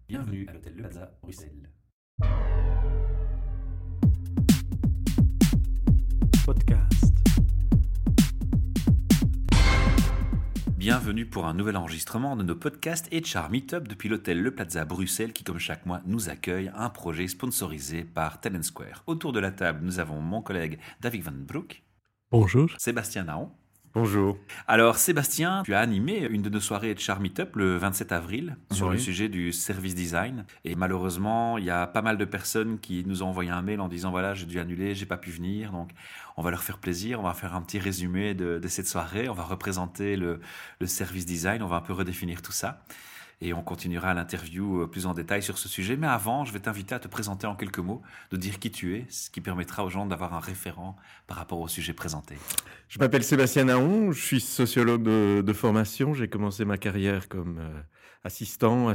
Bienvenue à l'hôtel Le Plaza, Bruxelles. Podcast. Bienvenue pour un nouvel enregistrement de nos podcasts HR Meetup depuis l'hôtel Le Plaza Bruxelles qui, comme chaque mois, nous accueille un projet sponsorisé par Talent Square. Autour de la table, nous avons mon collègue David Van Broek, Bonjour. Sébastien Naon. Bonjour. Alors Sébastien, tu as animé une de nos soirées HR Meetup le 27 avril sur Oui. le sujet du service design. Et malheureusement, il y a pas mal de personnes qui nous ont envoyé un mail en disant voilà, j'ai dû annuler, j'ai pas pu venir. Donc on va leur faire plaisir, on va faire un petit résumé de cette soirée, on va représenter le service design, on va un peu redéfinir tout ça. Et on continuera l'interview plus en détail sur ce sujet. Mais avant, je vais t'inviter à te présenter en quelques mots, de dire qui tu es, ce qui permettra aux gens d'avoir un référent par rapport au sujet présenté. Je m'appelle Sébastien Naon, je suis sociologue de formation. J'ai commencé ma carrière comme assistant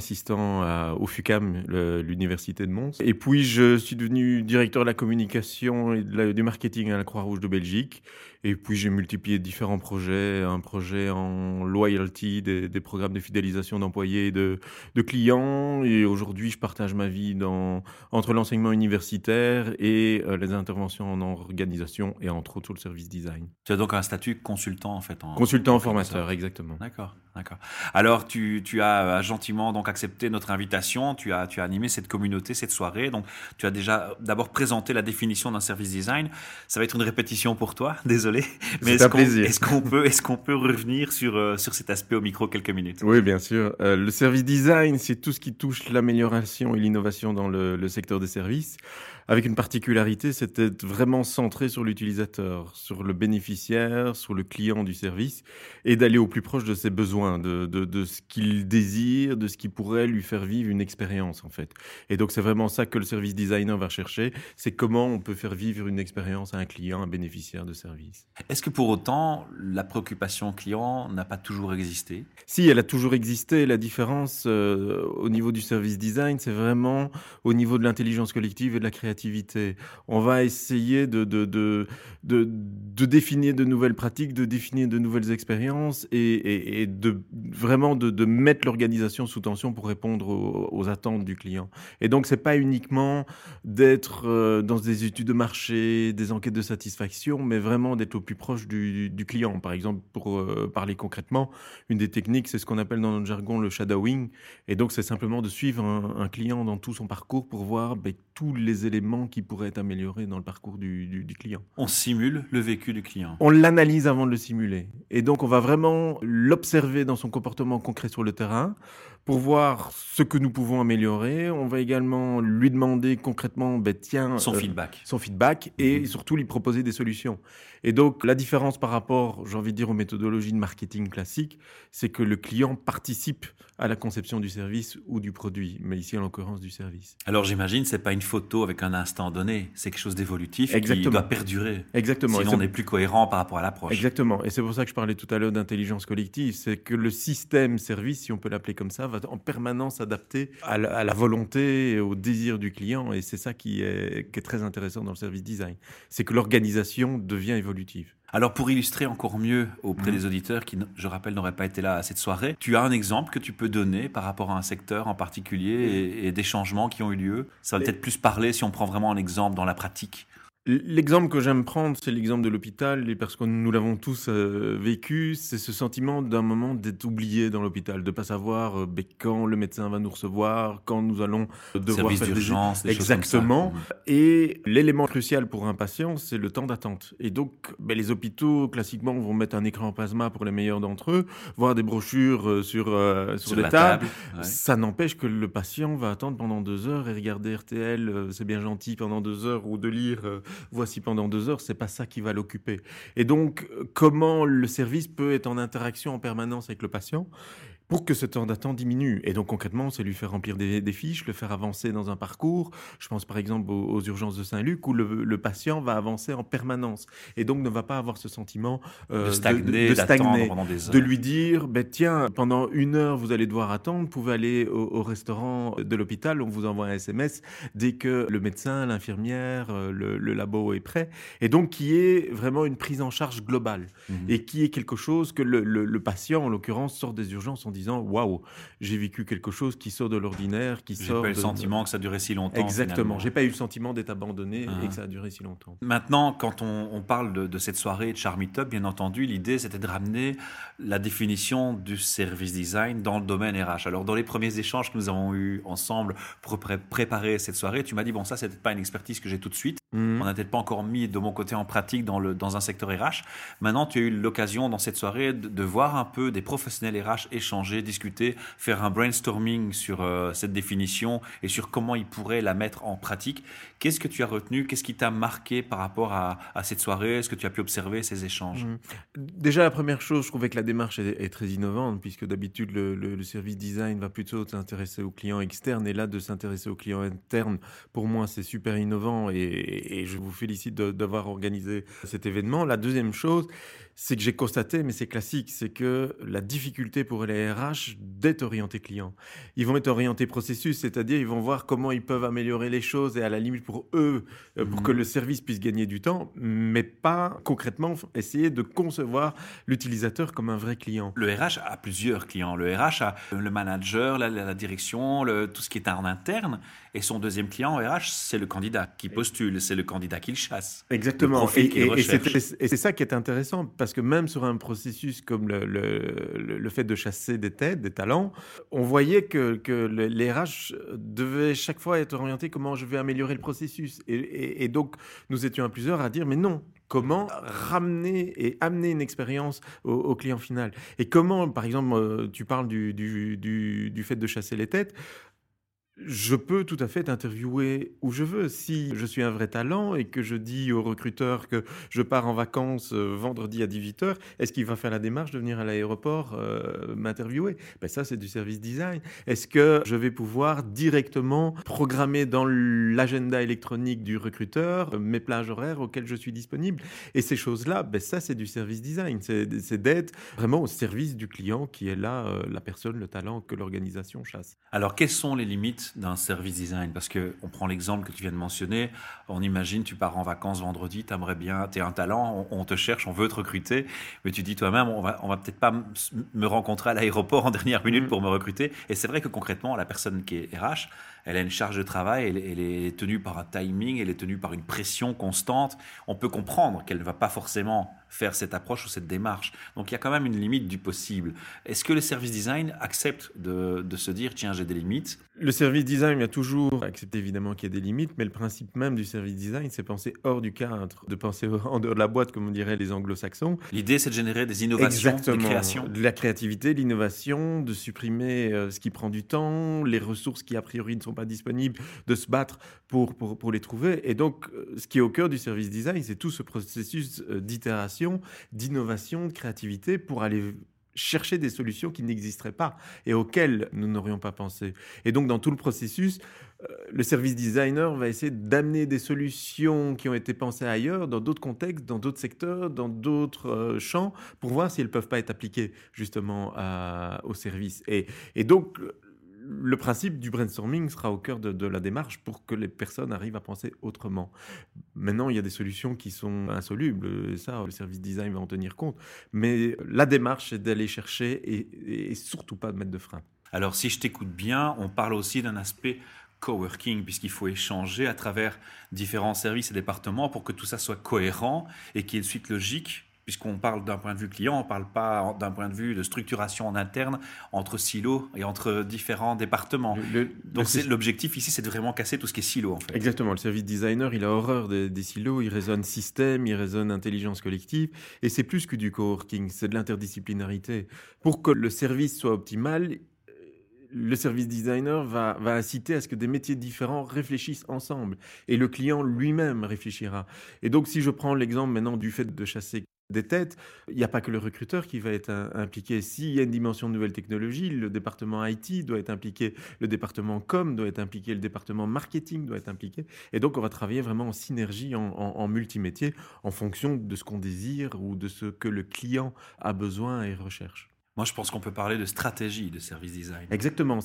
au FUCAM, l'université de Mons. Et puis je suis devenu directeur de la communication et du marketing à la Croix-Rouge de Belgique. Et puis j'ai multiplié différents projets, un projet en loyalty, des programmes de fidélisation d'employés et de clients. Et aujourd'hui, je partage ma vie entre l'enseignement universitaire et les interventions en organisation et entre autres sur le service design. Tu as donc un statut consultant en fait. Consultant formateur, exactement. D'accord. Alors tu as gentiment donc accepté notre invitation, tu as animé cette communauté, cette soirée. Donc tu as déjà d'abord présenté la définition d'un service design. Ça va être une répétition pour toi, désolé. Mais C'est un plaisir. Est-ce qu'on peut revenir sur cet aspect au micro quelques minutes? Oui, bien sûr. Le service design, c'est tout ce qui touche l'amélioration et l'innovation dans le secteur des services. Avec une particularité, c'est d'être vraiment centré sur l'utilisateur, sur le bénéficiaire, sur le client du service, et d'aller au plus proche de ses besoins, de ce qu'il désire, de ce qui pourrait lui faire vivre une expérience, en fait. Et donc, c'est vraiment ça que le service designer va chercher, c'est comment on peut faire vivre une expérience à un client, un bénéficiaire de service. Est-ce que pour autant, la préoccupation client n'a pas toujours existé? Si, elle a toujours existé. La différence au niveau du service design, c'est vraiment au niveau de l'intelligence collective et de la créativité. On va essayer de définir de nouvelles pratiques, de définir de nouvelles expériences et de mettre l'organisation sous tension pour répondre aux attentes du client. Et donc, c'est pas uniquement d'être dans des études de marché, des enquêtes de satisfaction, mais vraiment d'être au plus proche du client. Par exemple, pour parler concrètement, une des techniques, c'est ce qu'on appelle dans notre jargon le shadowing. Et donc, c'est simplement de suivre un client dans tout son parcours pour voir tous les éléments qui pourraient être améliorés dans le parcours du client. On simule le vécu du client. On l'analyse avant de le simuler. Et donc, on va vraiment l'observer dans son comportement concret sur le terrain pour voir ce que nous pouvons améliorer. On va également lui demander concrètement son feedback et surtout lui proposer des solutions. Et donc, la différence par rapport, j'ai envie de dire, aux méthodologies de marketing classiques, c'est que le client participe à la conception du service ou du produit, mais ici, en l'occurrence, du service. Alors, j'imagine, c'est pas une photo avec un instant donné, c'est quelque chose d'évolutif Exactement. Qui doit perdurer. Exactement. Sinon, on n'est plus cohérent par rapport à l'approche. Exactement. Et c'est pour ça que je parlais tout à l'heure d'intelligence collective, c'est que le système service, si on peut l'appeler comme ça, va en permanence s'adapter à la volonté et au désir du client. Et c'est ça qui est très intéressant dans le service design. C'est que l'organisation devient évolutive. Alors, pour illustrer encore mieux auprès des auditeurs qui, je rappelle, n'auraient pas été là à cette soirée, tu as un exemple que tu peux donner par rapport à un secteur en particulier et des changements qui ont eu lieu? Ça va peut-être plus parler si on prend vraiment un exemple dans la pratique. L'exemple que j'aime prendre, c'est l'exemple de l'hôpital, et parce que nous l'avons tous vécu, c'est ce sentiment d'un moment d'être oublié dans l'hôpital, de pas savoir quand le médecin va nous recevoir, quand nous allons devoir service faire d'urgence, des choses exactement. comme ça. Et l'élément crucial pour un patient, c'est le temps d'attente. Et donc, les hôpitaux, classiquement, vont mettre un écran plasma pour les meilleurs d'entre eux, voir des brochures sur les tables. Ouais. Ça n'empêche que le patient va attendre pendant 2 heures et regarder RTL, c'est bien gentil pendant 2 heures, ou de lire voici pendant 2 heures, c'est pas ça qui va l'occuper. Et donc, comment le service peut être en interaction en permanence avec le patient pour que ce temps d'attente diminue. Et donc concrètement, c'est lui faire remplir des fiches, le faire avancer dans un parcours. Je pense par exemple aux urgences de Saint-Luc où le patient va avancer en permanence et donc ne va pas avoir ce sentiment de stagner, d'attendre pendant des heures. De lui dire, tiens, pendant 1 heure, vous allez devoir attendre, vous pouvez aller au restaurant de l'hôpital, on vous envoie un SMS dès que le médecin, l'infirmière, le labo est prêt. Et donc qui est vraiment une prise en charge globale et qui est quelque chose que le patient, en l'occurrence, sort des urgences en disant waouh, j'ai vécu quelque chose qui sort de l'ordinaire, qui J'ai sort pas eu le de... sentiment que ça durait si longtemps. Exactement, Finalement. j'ai pas eu le sentiment d'être abandonné et que Hein. ça a duré si longtemps. Maintenant, quand on parle de cette soirée de Charm It Up, bien entendu, l'idée c'était de ramener la définition du service design dans le domaine RH. Alors, dans les premiers échanges que nous avons eus ensemble pour préparer cette soirée, tu m'as dit, bon, ça, c'est peut-être pas une expertise que j'ai tout de suite. On n'a peut-être pas encore mis de mon côté en pratique dans un secteur RH. Maintenant, tu as eu l'occasion dans cette soirée de voir un peu des professionnels RH échanger, discuter, faire un brainstorming sur cette définition et sur comment ils pourraient la mettre en pratique. Qu'est-ce que tu as retenu? Qu'est-ce qui t'a marqué par rapport à cette soirée? Est-ce que tu as pu observer ces échanges? Déjà, la première chose, je trouvais que la démarche est très innovante, puisque d'habitude, le service design va plutôt s'intéresser aux clients externes, et là, de s'intéresser aux clients internes, pour moi, c'est super innovant, et je vous félicite d'avoir organisé cet événement. La deuxième chose, c'est que j'ai constaté, mais c'est classique, c'est que la difficulté pour les RH d'être orientés client. Ils vont être orientés processus, c'est-à-dire ils vont voir comment ils peuvent améliorer les choses, et à la limite pour eux, pour que le service puisse gagner du temps, mais pas concrètement essayer de concevoir l'utilisateur comme un vrai client. Le RH a plusieurs clients. Le RH a le manager, la direction, tout ce qui est en interne. Et son deuxième client RH, c'est le candidat qui postule, c'est le candidat qu'il chasse. Exactement. Le profil qu'il recherche. Et c'est ça qui est intéressant, parce que même sur un processus comme le fait de chasser des têtes, des talents, on voyait que les RH devaient chaque fois être orientés comment je vais améliorer le processus. Et donc, nous étions à plusieurs à dire, mais non, comment ramener et amener une expérience au client final. Et comment, par exemple, tu parles du fait de chasser les têtes. Je peux tout à fait t'interviewer où je veux. Si je suis un vrai talent et que je dis au recruteur que je pars en vacances vendredi à 18h, est-ce qu'il va faire la démarche de venir à l'aéroport m'interviewer? Ben ça, c'est du service design. Est-ce que je vais pouvoir directement programmer dans l'agenda électronique du recruteur mes plages horaires auxquelles je suis disponible? Et ces choses-là, ben ça, c'est du service design. C'est d'être vraiment au service du client qui est là, la personne, le talent que l'organisation chasse. Alors, quelles sont les limites d'un service design? Parce qu'on prend l'exemple que tu viens de mentionner, on imagine tu pars en vacances vendredi, tu aimerais bien, tu es un talent, on te cherche, on veut te recruter, mais tu dis toi-même, on va peut-être pas me rencontrer à l'aéroport en dernière minute pour me recruter. Et c'est vrai que concrètement, la personne qui est RH, elle a une charge de travail, elle est tenue par un timing, elle est tenue par une pression constante. On peut comprendre qu'elle ne va pas forcément faire cette approche ou cette démarche. Donc il y a quand même une limite du possible. Est-ce que le service design accepte de se dire, tiens, j'ai des limites? Le service design a toujours accepté évidemment qu'il y a des limites, mais le principe même du service design, c'est penser hors du cadre, de penser en dehors de la boîte, comme on dirait les anglo-saxons. L'idée, c'est de générer des innovations, Exactement. des créations. De la créativité, l'innovation, de supprimer ce qui prend du temps, les ressources qui a priori ne sont pas disponibles, de se battre pour les trouver. Et donc, ce qui est au cœur du service design, c'est tout ce processus d'itération, d'innovation, de créativité pour aller chercher des solutions qui n'existeraient pas et auxquelles nous n'aurions pas pensé. Et donc, dans tout le processus, le service designer va essayer d'amener des solutions qui ont été pensées ailleurs, dans d'autres contextes, dans d'autres secteurs, dans d'autres champs, pour voir si elles ne peuvent pas être appliquées justement au service. Et donc, le principe du brainstorming sera au cœur de la démarche pour que les personnes arrivent à penser autrement. Maintenant, il y a des solutions qui sont insolubles, et ça, le service design va en tenir compte. Mais la démarche, c'est d'aller chercher et surtout pas de mettre de frein. Alors, si je t'écoute bien, on parle aussi d'un aspect coworking, puisqu'il faut échanger à travers différents services et départements pour que tout ça soit cohérent et qu'il y ait une suite logique. Puisqu'on parle d'un point de vue client, on ne parle pas d'un point de vue de structuration en interne entre silos et entre différents départements. Donc l'objectif ici, c'est de vraiment casser tout ce qui est silo en fait. Exactement, le service designer, il a horreur des silos, il raisonne système, il raisonne intelligence collective, et c'est plus que du coworking, c'est de l'interdisciplinarité. Pour que le service soit optimal, le service designer va inciter à ce que des métiers différents réfléchissent ensemble, et le client lui-même réfléchira. Et donc si je prends l'exemple maintenant du fait de chasser des têtes, il n'y a pas que le recruteur qui va être impliqué. S'il y a une dimension de nouvelles technologies, le département IT doit être impliqué, le département com doit être impliqué, le département marketing doit être impliqué. Et donc, on va travailler vraiment en synergie, en multimétier, en fonction de ce qu'on désire ou de ce que le client a besoin et recherche. Moi, je pense qu'on peut parler de stratégie de service design. Exactement,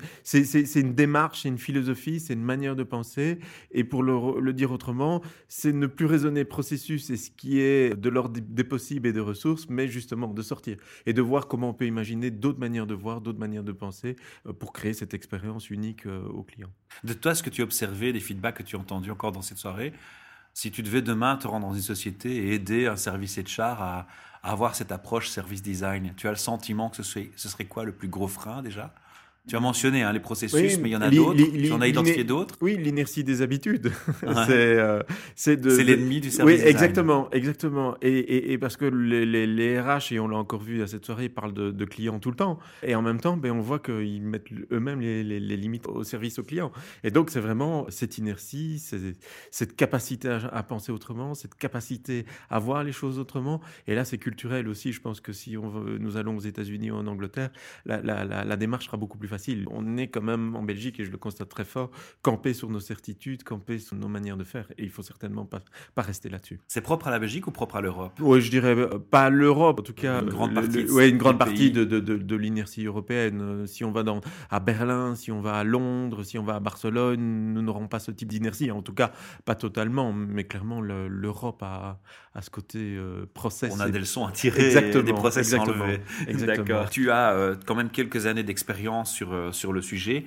c'est une démarche, c'est une philosophie, c'est une manière de penser et pour le dire autrement, c'est ne plus raisonner processus et ce qui est de l'ordre des possibles et des ressources, mais justement de sortir et de voir comment on peut imaginer d'autres manières de voir, d'autres manières de penser, pour créer cette expérience unique, au client. De toi, ce que tu as observé, des feedbacks que tu as entendus encore dans cette soirée, si tu devais demain te rendre dans une société et aider un service HR à avoir cette approche service design, tu as le sentiment que ce serait quoi le plus gros frein déjà? Tu as mentionné les processus, Oui, mais il y en a d'autres. Tu en as identifié d'autres? oui, l'inertie des habitudes. Ouais. C'est, c'est C'est de l'ennemi du oui, service design. exactement, exactement et parce que les RH et on l'a encore vu à cette soirée, ils parlent de clients tout le temps et en même temps, beh, on voit qu'ils mettent eux-mêmes les limites au service aux clients et donc c'est vraiment cette inertie, cette capacité à penser autrement, cette capacité à voir les choses autrement et là, c'est culturel aussi. Je pense que si nous allons aux États-Unis ou en Angleterre, la démarche sera beaucoup plus facile. On est quand même en Belgique, et je le constate très fort, campé sur nos certitudes, campé sur nos manières de faire. Et il faut certainement pas rester là-dessus. C'est propre à la Belgique ou propre à l'Europe? Oui, je dirais pas l'Europe, en tout cas. Une grande partie ouais, une grande des partie pays. de l'inertie européenne. Si on va à Berlin, si on va à Londres, si on va à Barcelone, nous n'aurons pas ce type d'inertie. En tout cas, pas totalement, mais clairement, l'Europe a ce côté process. On a des leçons à tirer, Exactement, des process à exactement, enlever. exactement. D'accord. Tu as quand même quelques années d'expérience sur le sujet.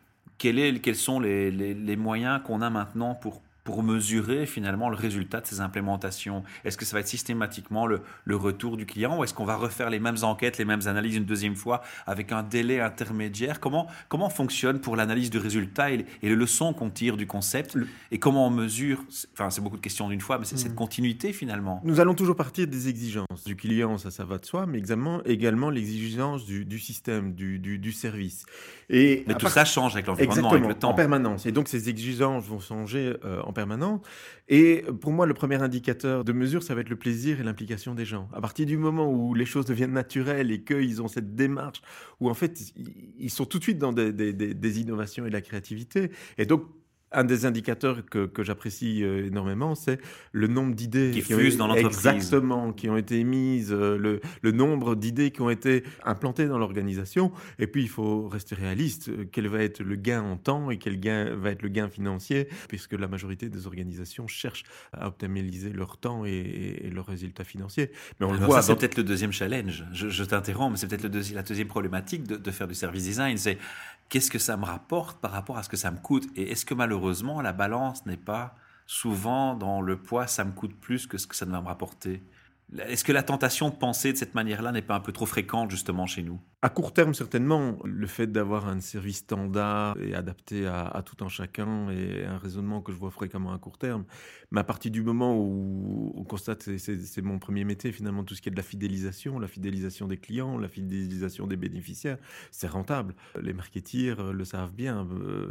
Quels sont les moyens qu'on a maintenant pour mesurer finalement le résultat de ces implémentations? Est-ce que ça va être systématiquement le retour du client ou est-ce qu'on va refaire les mêmes enquêtes, les mêmes analyses une deuxième fois avec un délai intermédiaire? Comment fonctionne pour l'analyse du résultat et les leçons qu'on tire du concept et comment on mesure, enfin c'est beaucoup de questions d'une fois, mais c'est cette continuité finalement. Nous allons toujours partir des exigences du client, ça va de soi, mais également l'exigence du système, du service. Et Mais tout ça change avec l'environnement, avec le temps. en permanence. Et donc ces exigences vont changer en permanence. Et pour moi, le premier indicateur de mesure, ça va être le plaisir et l'implication des gens. À partir du moment où les choses deviennent naturelles et qu'ils ont cette démarche, où en fait, ils sont tout de suite dans des innovations et de la créativité. Et donc, un des indicateurs que j'apprécie énormément, c'est le nombre d'idées Qui fusent dans l'entreprise. Exactement, qui ont été émises, le nombre d'idées qui ont été implantées dans l'organisation. Et puis, il faut rester réaliste. Quel va être le gain en temps et quel va être le gain financier, puisque la majorité des organisations cherchent à optimiser leur temps et leurs résultats financiers. Mais on le voit. Ça, c'est peut-être le deuxième challenge. Je t'interromps, mais c'est peut-être la deuxième problématique de faire du service design. C'est qu'est-ce que ça me rapporte par rapport à ce que ça me coûte? Et est-ce que malheureusement, la balance n'est pas souvent dans le poids, ça me coûte plus que ce que ça va me rapporter? Est-ce que la tentation de penser de cette manière-là n'est pas un peu trop fréquente justement chez nous? À court terme, certainement, le fait d'avoir un service standard et adapté à tout un chacun est un raisonnement que je vois fréquemment à court terme. Mais à partir du moment où on constate, c'est mon premier métier finalement, tout ce qui est de la fidélisation des clients, la fidélisation des bénéficiaires, c'est rentable. Les marketeers le savent bien.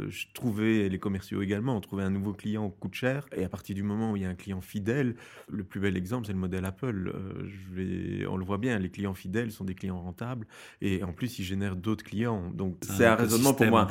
Et les commerciaux également, trouver un nouveau client coûte cher. Et à partir du moment où il y a un client fidèle, le plus bel exemple, c'est le modèle Apple. On le voit bien, les clients fidèles sont des clients rentables et en plus, ils génèrent d'autres clients. Donc, c'est un raisonnement pour moi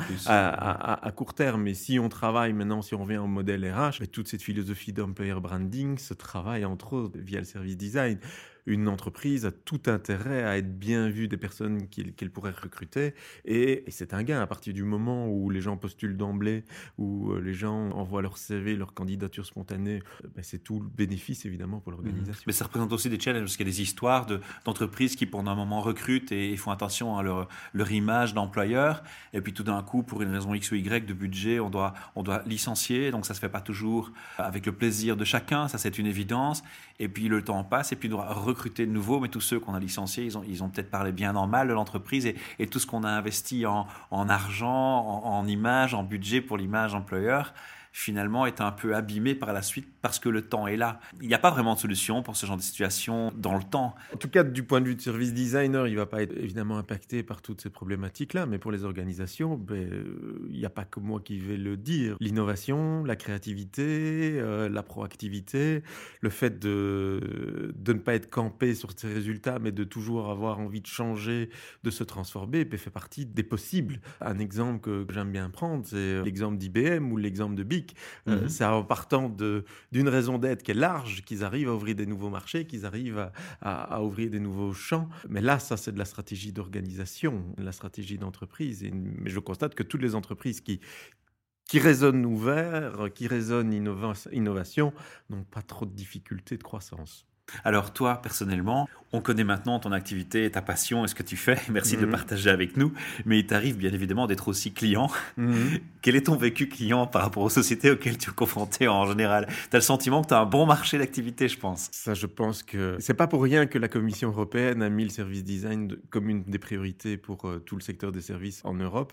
à court terme. Mais si on travaille maintenant, si on revient au modèle RH, toute cette philosophie d'employer branding se travaille entre autres via le service design. Une entreprise a tout intérêt à être bien vue des personnes qu'elle pourrait recruter. Et c'est un gain à partir du moment où les gens postulent d'emblée, où les gens envoient leur CV, leur candidature spontanée. C'est tout le bénéfice, évidemment, pour l'organisation. Mais ça représente aussi des challenges, parce qu'il y a des histoires d'entreprises qui, pendant un moment, recrutent et font attention à leur image d'employeur. Et puis, tout d'un coup, pour une raison X ou Y de budget, on doit licencier. Donc, ça ne se fait pas toujours avec le plaisir de chacun. Ça, c'est une évidence. Et puis, le temps passe et puis, on doit recruter de nouveau. Mais tous ceux qu'on a licenciés, ils ont peut-être parlé bien en mal de l'entreprise. Et tout ce qu'on a investi en argent, en image, en budget pour l'image employeur, finalement est un peu abîmé par la suite parce que le temps est là. Il n'y a pas vraiment de solution pour ce genre de situation dans le temps. En tout cas, du point de vue de service designer, il ne va pas être évidemment impacté par toutes ces problématiques-là, mais pour les organisations, il n'y a pas que moi qui vais le dire. L'innovation, la créativité, la proactivité, le fait de ne pas être campé sur ces résultats, mais de toujours avoir envie de changer, de se transformer, fait partie des possibles. Un exemple que j'aime bien prendre, c'est l'exemple d'IBM ou l'exemple de BIC. informatique. C'est en partant d'une raison d'être qui est large qu'ils arrivent à ouvrir des nouveaux marchés, qu'ils arrivent à ouvrir des nouveaux champs. Mais là, ça, c'est de la stratégie d'organisation, de la stratégie d'entreprise. Mais je constate que toutes les entreprises qui raisonnent ouvert, qui raisonnent innovation, n'ont pas trop de difficultés de croissance. Alors toi, personnellement, on connaît maintenant ton activité et ta passion et ce que tu fais. Merci de le partager avec nous. Mais il t'arrive bien évidemment d'être aussi client. Quel est ton vécu client par rapport aux sociétés auxquelles tu es confronté en général? Tu as le sentiment que tu as un bon marché d'activité, je pense. Ça, je pense que c'est pas pour rien que la Commission européenne a mis le service design comme une des priorités pour tout le secteur des services en Europe.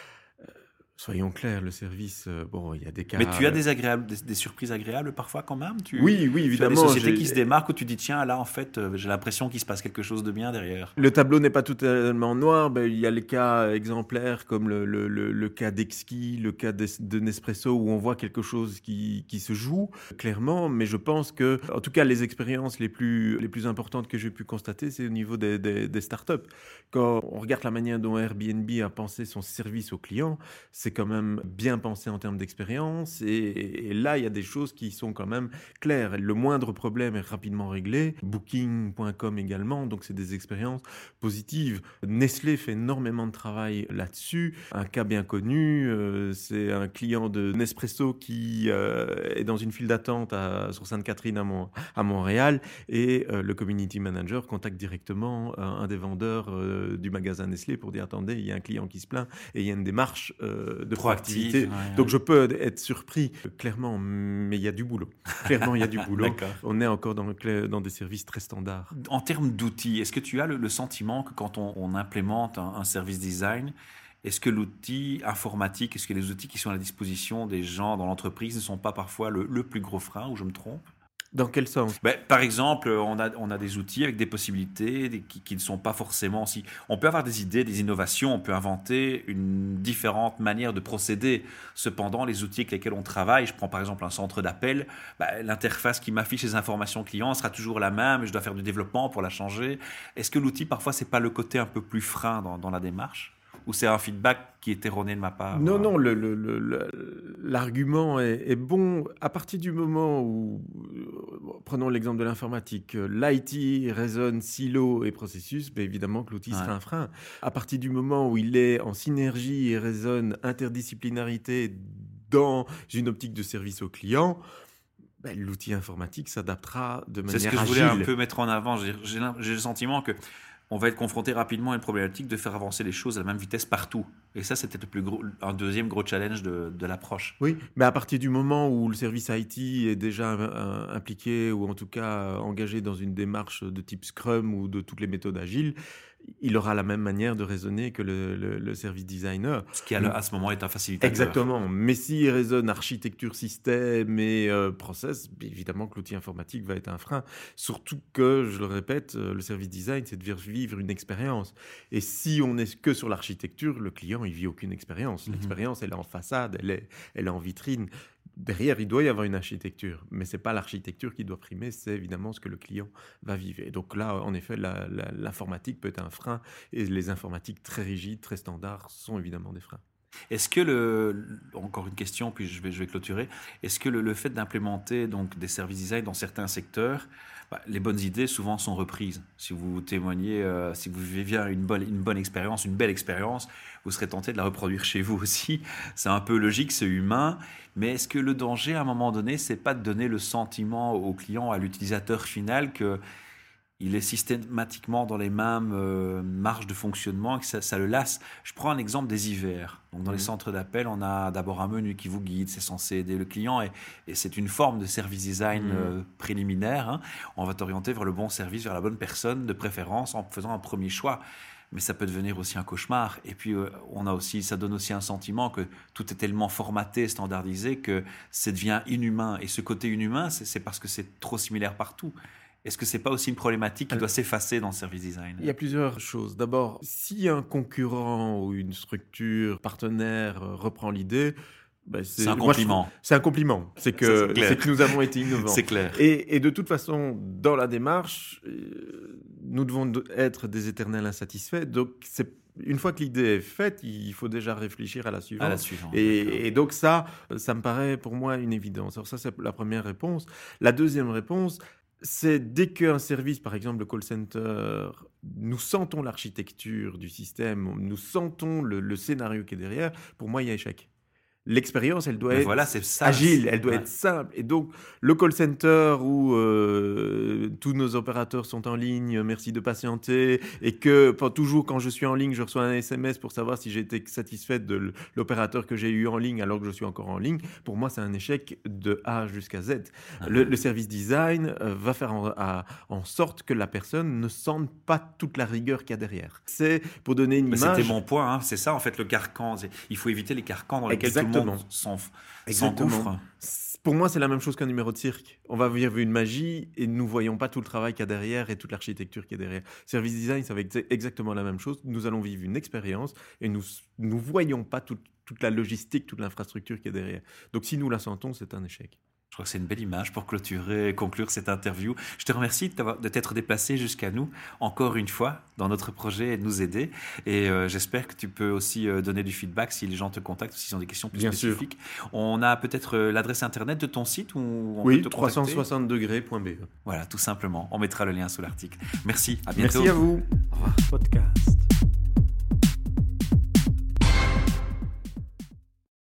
Soyons clairs, le service, il y a des cas... Mais tu as des surprises agréables parfois quand même? Oui, évidemment. Tu as des sociétés qui se démarquent où tu dis, tiens, là, en fait, j'ai l'impression qu'il se passe quelque chose de bien derrière. Le tableau n'est pas totalement noir. Il y a les cas exemplaires comme le cas d'Exki, le cas de Nespresso, où on voit quelque chose qui se joue, clairement. Mais je pense que, en tout cas, les expériences les plus importantes que j'ai pu constater, c'est au niveau des startups. Quand on regarde la manière dont Airbnb a pensé son service aux clients, c'est quand même bien pensé en termes d'expérience et là, il y a des choses qui sont quand même claires. Le moindre problème est rapidement réglé. Booking.com également, donc c'est des expériences positives. Nestlé fait énormément de travail là-dessus. Un cas bien connu, c'est un client de Nespresso qui est dans une file d'attente sur Sainte-Catherine à Montréal et le community manager contacte directement un des vendeurs du magasin Nestlé pour dire, attendez, il y a un client qui se plaint et il y a une démarche de proactivité. Donc je peux être surpris, clairement, mais il y a du boulot. Clairement, il y a du boulot. On est encore dans des services très standards. En termes d'outils, est-ce que tu as le sentiment que quand on implémente un service design, est-ce que l'outil informatique, est-ce que les outils qui sont à la disposition des gens dans l'entreprise ne sont pas parfois le plus gros frein, ou je me trompe? Dans quel sens? Par exemple, on a des outils avec des possibilités qui ne sont pas forcément... On peut avoir des idées, des innovations, on peut inventer une différente manière de procéder. Cependant, les outils avec lesquels on travaille, je prends par exemple un centre d'appel, l'interface qui m'affiche les informations clients sera toujours la même, je dois faire du développement pour la changer. Est-ce que l'outil, parfois, c'est pas le côté un peu plus frein dans la démarche? Ou c'est un feedback qui est erroné de ma part? Non, l'argument est bon à partir du moment où, prenons l'exemple de l'informatique, l'IT raisonne silo et processus, évidemment que l'outil sera un frein. À partir du moment où il est en synergie et raisonne interdisciplinarité dans une optique de service au client, l'outil informatique s'adaptera de manière agile. C'est ce que je voulais un peu mettre en avant. J'ai le sentiment que on va être confronté rapidement à une problématique de faire avancer les choses à la même vitesse partout. Et ça, c'était un deuxième gros challenge de l'approche. Oui, mais à partir du moment où le service IT est déjà impliqué ou en tout cas engagé dans une démarche de type Scrum ou de toutes les méthodes agiles, il aura la même manière de raisonner que le service designer. Ce qui, à ce moment, est un facilitateur. Exactement. Mais s'il raisonne architecture, système et process, évidemment que l'outil informatique va être un frein. Surtout que, je le répète, le service design, c'est de vivre une expérience. Et si on n'est que sur l'architecture, le client, il vit aucune expérience. L'expérience, elle est en façade, elle est en vitrine. Derrière, il doit y avoir une architecture, mais ce n'est pas l'architecture qui doit primer, c'est évidemment ce que le client va vivre. Et donc là, en effet, l'informatique peut être un frein, et les informatiques très rigides, très standards, sont évidemment des freins. Est-ce que encore une question, puis je vais clôturer, est-ce que le fait d'implémenter donc des services design dans certains secteurs, les bonnes idées souvent sont reprises. Si vous témoignez, si vous vivez une bonne expérience, une belle expérience, vous serez tenté de la reproduire chez vous aussi. C'est un peu logique, c'est humain. Mais est-ce que le danger, à un moment donné, c'est pas de donner le sentiment au client, à l'utilisateur final, que il est systématiquement dans les mêmes marges de fonctionnement, que ça le lasse? Je prends un exemple des hivers. Donc, dans les centres d'appel, on a d'abord un menu qui vous guide, c'est censé aider le client et c'est une forme de service design préliminaire. Hein. On va t'orienter vers le bon service, vers la bonne personne, de préférence, en faisant un premier choix. Mais ça peut devenir aussi un cauchemar. Et puis, ça donne aussi un sentiment que tout est tellement formaté, standardisé, que ça devient inhumain. Et ce côté inhumain, c'est parce que c'est trop similaire partout. Est-ce que ce n'est pas aussi une problématique qui doit s'effacer dans le service design? Il y a plusieurs choses. D'abord, si un concurrent ou une structure partenaire reprend l'idée, c'est un compliment. C'est un compliment. C'est que nous avons été innovants. C'est clair. Et de toute façon, dans la démarche, nous devons être des éternels insatisfaits. Donc, une fois que l'idée est faite, il faut déjà réfléchir à la suivante. À la suivante. Et donc ça me paraît pour moi une évidence. Alors ça, c'est la première réponse. La deuxième réponse, c'est dès qu'un service, par exemple le call center, nous sentons l'architecture du système, nous sentons le scénario qui est derrière, pour moi, il y a échec. L'expérience, elle doit être c'est ça, agile, elle doit être simple. Et donc, le call center où tous nos opérateurs sont en ligne, merci de patienter, et que toujours quand je suis en ligne, je reçois un SMS pour savoir si j'ai été satisfait de l'opérateur que j'ai eu en ligne alors que je suis encore en ligne, pour moi, c'est un échec de A jusqu'à Z. Le service design va faire en sorte que la personne ne sente pas toute la rigueur qu'il y a derrière. C'est pour donner une image... C'était mon point, c'est ça en fait le carcan. Il faut éviter les carcans dans lesquels tout le monde s'engouffre. Pour moi, c'est la même chose qu'un numéro de cirque. On va vivre une magie et nous ne voyons pas tout le travail qu'il y a derrière et toute l'architecture qui est derrière. Service design, ça va être exactement la même chose. Nous allons vivre une expérience et nous ne voyons pas toute la logistique, toute l'infrastructure qui est derrière. Donc, si nous la sentons, c'est un échec. Je crois que c'est une belle image pour clôturer et conclure cette interview. Je te remercie de t'être déplacé jusqu'à nous, encore une fois, dans notre projet et de nous aider. Et j'espère que tu peux aussi donner du feedback si les gens te contactent, s'ils ont des questions plus spécifiques. Sûr. On a peut-être l'adresse internet de ton site où on peut te contacter. 360degrés.be. Voilà, tout simplement. On mettra le lien sous l'article. Merci, à bientôt. Merci à vous. Au revoir. Podcast.